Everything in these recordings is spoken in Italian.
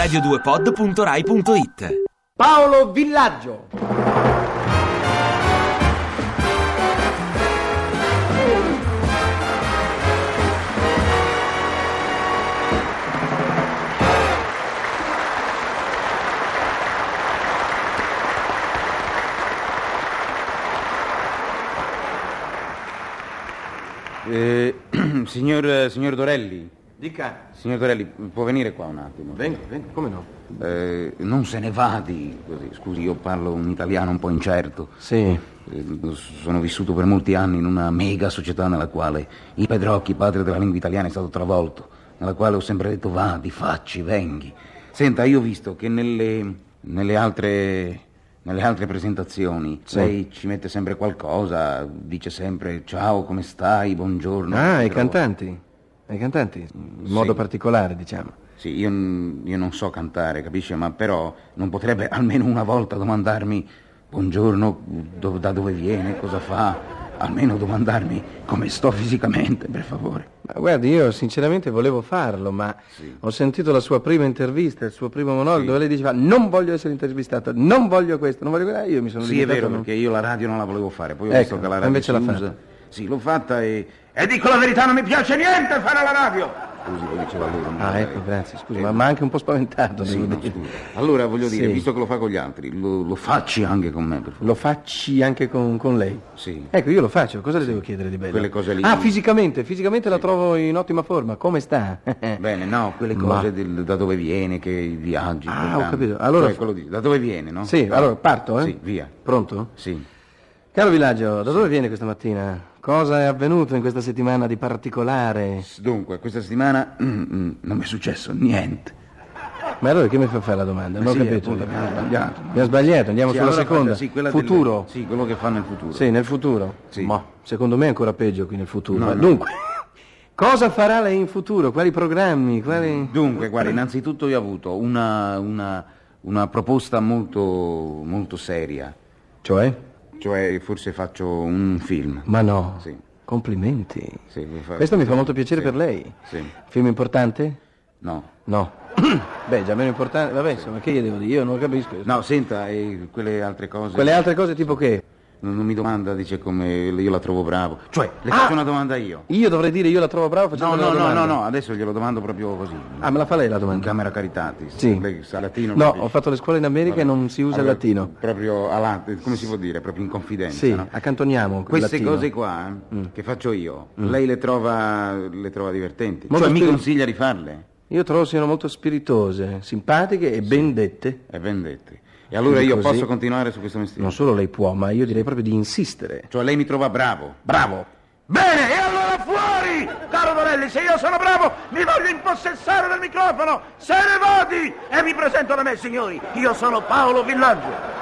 radio2pod.rai.it. Paolo Villaggio. Signor Dorelli. Dica. Signor Dorelli, può venire qua un attimo? Venga, come no? Non se ne vadi così. Scusi, io parlo un italiano un po' incerto. Sì. Sono vissuto per molti anni in una mega società nella quale il Pedrocchi, padre della lingua italiana, è stato travolto, nella quale ho sempre detto vadi, facci, venghi. Senta, io ho visto che nelle altre presentazioni, sì, lei ci mette sempre qualcosa, dice sempre ciao, come stai, buongiorno. Ah, i cantanti, in modo particolare, diciamo. Sì, io non so cantare, capisce, ma però non potrebbe almeno una volta domandarmi buongiorno, da dove viene, cosa fa, almeno domandarmi come sto fisicamente, per favore. Ma guardi, io sinceramente volevo farlo, ma sì, ho sentito la sua prima intervista, il suo primo monologo, sì, dove lei diceva non voglio essere intervistato, non voglio questo, non voglio quello. Io mi sono Sì, è vero, perché io la radio non la volevo fare, poi ho visto che la radio invece si l'ha usa. fatta. Sì, l'ho fatta e dico la verità, non mi piace niente fare la radio. Scusi, lo diceva lui. Ecco, grazie, scusi, ma anche un po' spaventato, sì, devo no, dire. Scusi. Allora, voglio dire, Sì, visto che lo fa con gli altri, lo facci anche con me, per favore. Lo facci anche con lei? Sì. Ecco, io lo faccio, cosa le devo chiedere di bello? Quelle cose lì. Ah, fisicamente la trovo in ottima forma, come sta? Bene, no, quelle cose da dove viene, che i viaggi. Ah, ho capito. Allora, quello da dove viene, no? Sì, allora parto, Sì, via. Pronto? Sì. Caro Villaggio, da dove viene questa mattina? Cosa è avvenuto in questa settimana di particolare? Dunque, questa settimana non mi è successo niente. Ma allora che mi fa fare la domanda? Non ho capito. Abbiamo sbagliato. Abbiamo sbagliato, andiamo sulla seconda. Sì, quella futuro. Sì, quello che fa nel futuro. Sì, nel futuro. Sì. Ma secondo me è ancora peggio qui nel futuro. No. Dunque, cosa farà lei in futuro? Quali programmi? Dunque, guarda, innanzitutto io ho avuto una proposta molto, molto seria. Cioè, forse faccio un film. Ma no. Sì. Complimenti. Sì, Questo mi fa molto piacere per lei. Sì. Film importante? No. Beh, già meno importante. Vabbè, insomma, che gli devo dire? Io non capisco. No, senta, quelle altre cose. Quelle altre cose tipo che? Non mi domanda, dice come io la trovo bravo. Cioè, le faccio una domanda io. Io dovrei dire io la trovo bravo facendo una domanda? No, adesso glielo domando proprio così. Ah, me la fa lei la In domanda? Camera Caritatis. Sì. Lei sa latino? No, ho fatto le scuole in America e non si usa il latino. Proprio come si può dire? Proprio in confidenza, sì, no? Accantoniamo queste latino. cose qua che faccio io, lei le trova divertenti? Molto mi consiglia di farle? Io trovo siano molto spiritose, simpatiche e ben dette. E ben dette. E allora io posso continuare su questo mestiere? Non solo lei può, ma io direi proprio di insistere. Cioè lei mi trova bravo? Bravo! Bene, e allora fuori! Caro Dorelli, se io sono bravo, mi voglio impossessare del microfono! Se ne vadi! E mi presento da me, signori! Io sono Paolo Villaggio!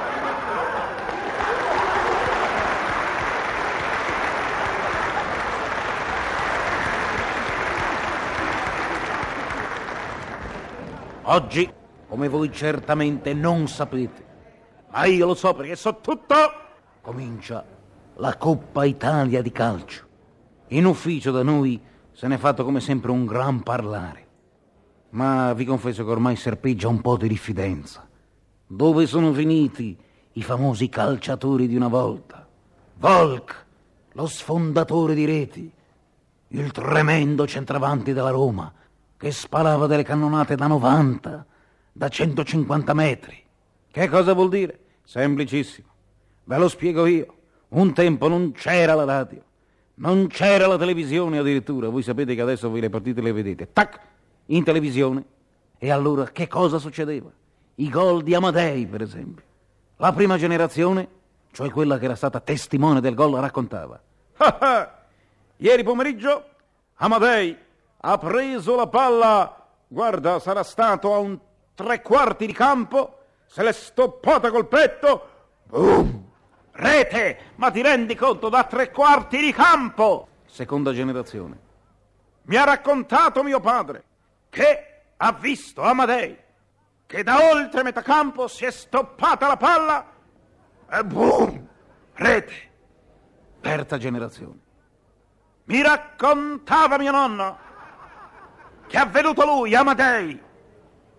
Oggi, come voi certamente non sapete, ma io lo so perché so tutto, comincia la Coppa Italia di calcio. In ufficio da noi se n'è fatto come sempre un gran parlare. Ma vi confesso che ormai serpeggia un po' di diffidenza. Dove sono finiti i famosi calciatori di una volta? Volk, lo sfondatore di reti, il tremendo centravanti della Roma, che sparava delle cannonate da 90, da 150 metri. Che cosa vuol dire? Semplicissimo. Ve lo spiego io. Un tempo non c'era la radio, non c'era la televisione addirittura. Voi sapete che adesso voi le partite le vedete. Tac! In televisione. E allora che cosa succedeva? I gol di Amadei, per esempio. La prima generazione, cioè quella che era stata testimone del gol, raccontava. Ieri pomeriggio Amadei ha preso la palla, guarda, sarà stato a un 3/4 di campo, se l'è stoppata col petto, boom! Rete! Ma ti rendi conto, da 3/4 di campo? Seconda generazione. Mi ha raccontato mio padre che ha visto Amadei che da oltre metà campo si è stoppata la palla e boom! Rete! Terza generazione. Mi raccontava mio nonno che ha veduto lui, Amadei,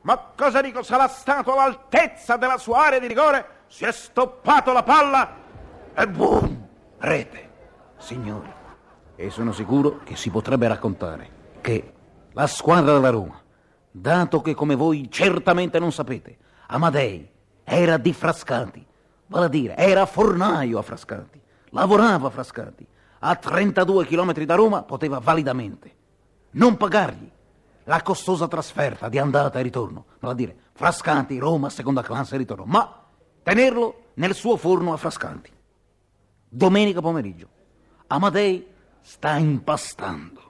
Ma cosa dico, sarà stato all'altezza della sua area di rigore? Si è stoppato la palla e boom! Rete. Signori, e sono sicuro che si potrebbe raccontare che la squadra della Roma, dato che come voi certamente non sapete, Amadei era di Frascati, vale a dire, era fornaio a Frascati, lavorava a Frascati, a 32 chilometri da Roma poteva validamente non pagargli la costosa trasferta di andata e ritorno, vale a dire Frascati, Roma, seconda classe e ritorno, ma tenerlo nel suo forno a Frascati. Domenica pomeriggio, Amadei sta impastando.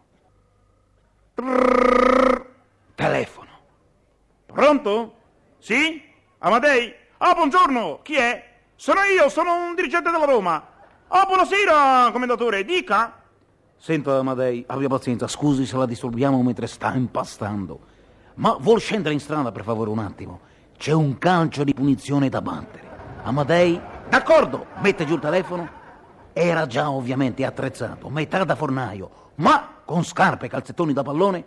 Telefono. Pronto? Sì? Amadei? Ah, buongiorno, chi è? Sono io, sono un dirigente della Roma. Ah, buonasera, commendatore, dica. Senta, Amadei, abbia pazienza, scusi se la disturbiamo mentre sta impastando, ma vuol scendere in strada per favore un attimo? C'è un calcio di punizione da battere. Amadei? D'accordo, mette giù il telefono. Era già ovviamente attrezzato, metà da fornaio, ma con scarpe e calzettoni da pallone.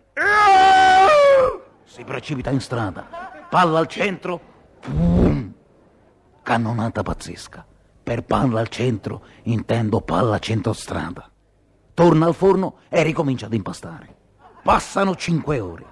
Si precipita in strada, palla al centro, cannonata pazzesca. Per palla al centro intendo palla centrostrada. Torna al forno e ricomincia ad impastare. Passano 5 ore.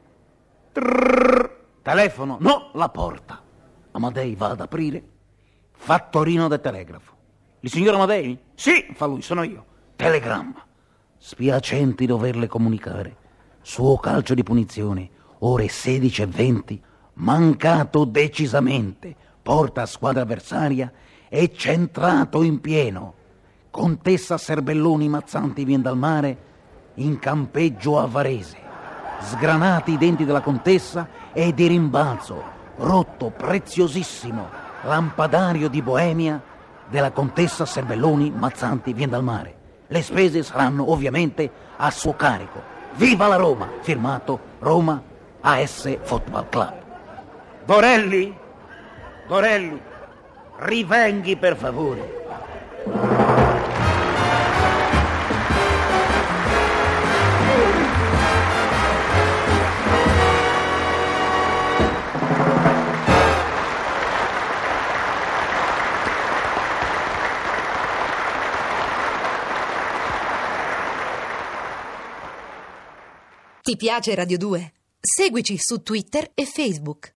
Telefono, no, la porta. Amadei va ad aprire. Fattorino del telegrafo. Il signor Amadei? Sì, fa lui, sono io. Telegramma. Spiacenti doverle comunicare. Suo calcio di punizione, ore 16:20, mancato decisamente, porta a squadra avversaria e centrato in pieno. Contessa Serbelloni Mazzanti vien dal mare in campeggio a Varese. Sgranati i denti della contessa e di rimbalzo, rotto preziosissimo lampadario di Boemia della contessa Serbelloni Mazzanti vien dal mare. Le spese saranno ovviamente a suo carico. Viva la Roma! Firmato Roma AS Football Club. Dorelli? Dorelli, rivenghi per favore. Ti piace Radio 2? Seguici su Twitter e Facebook.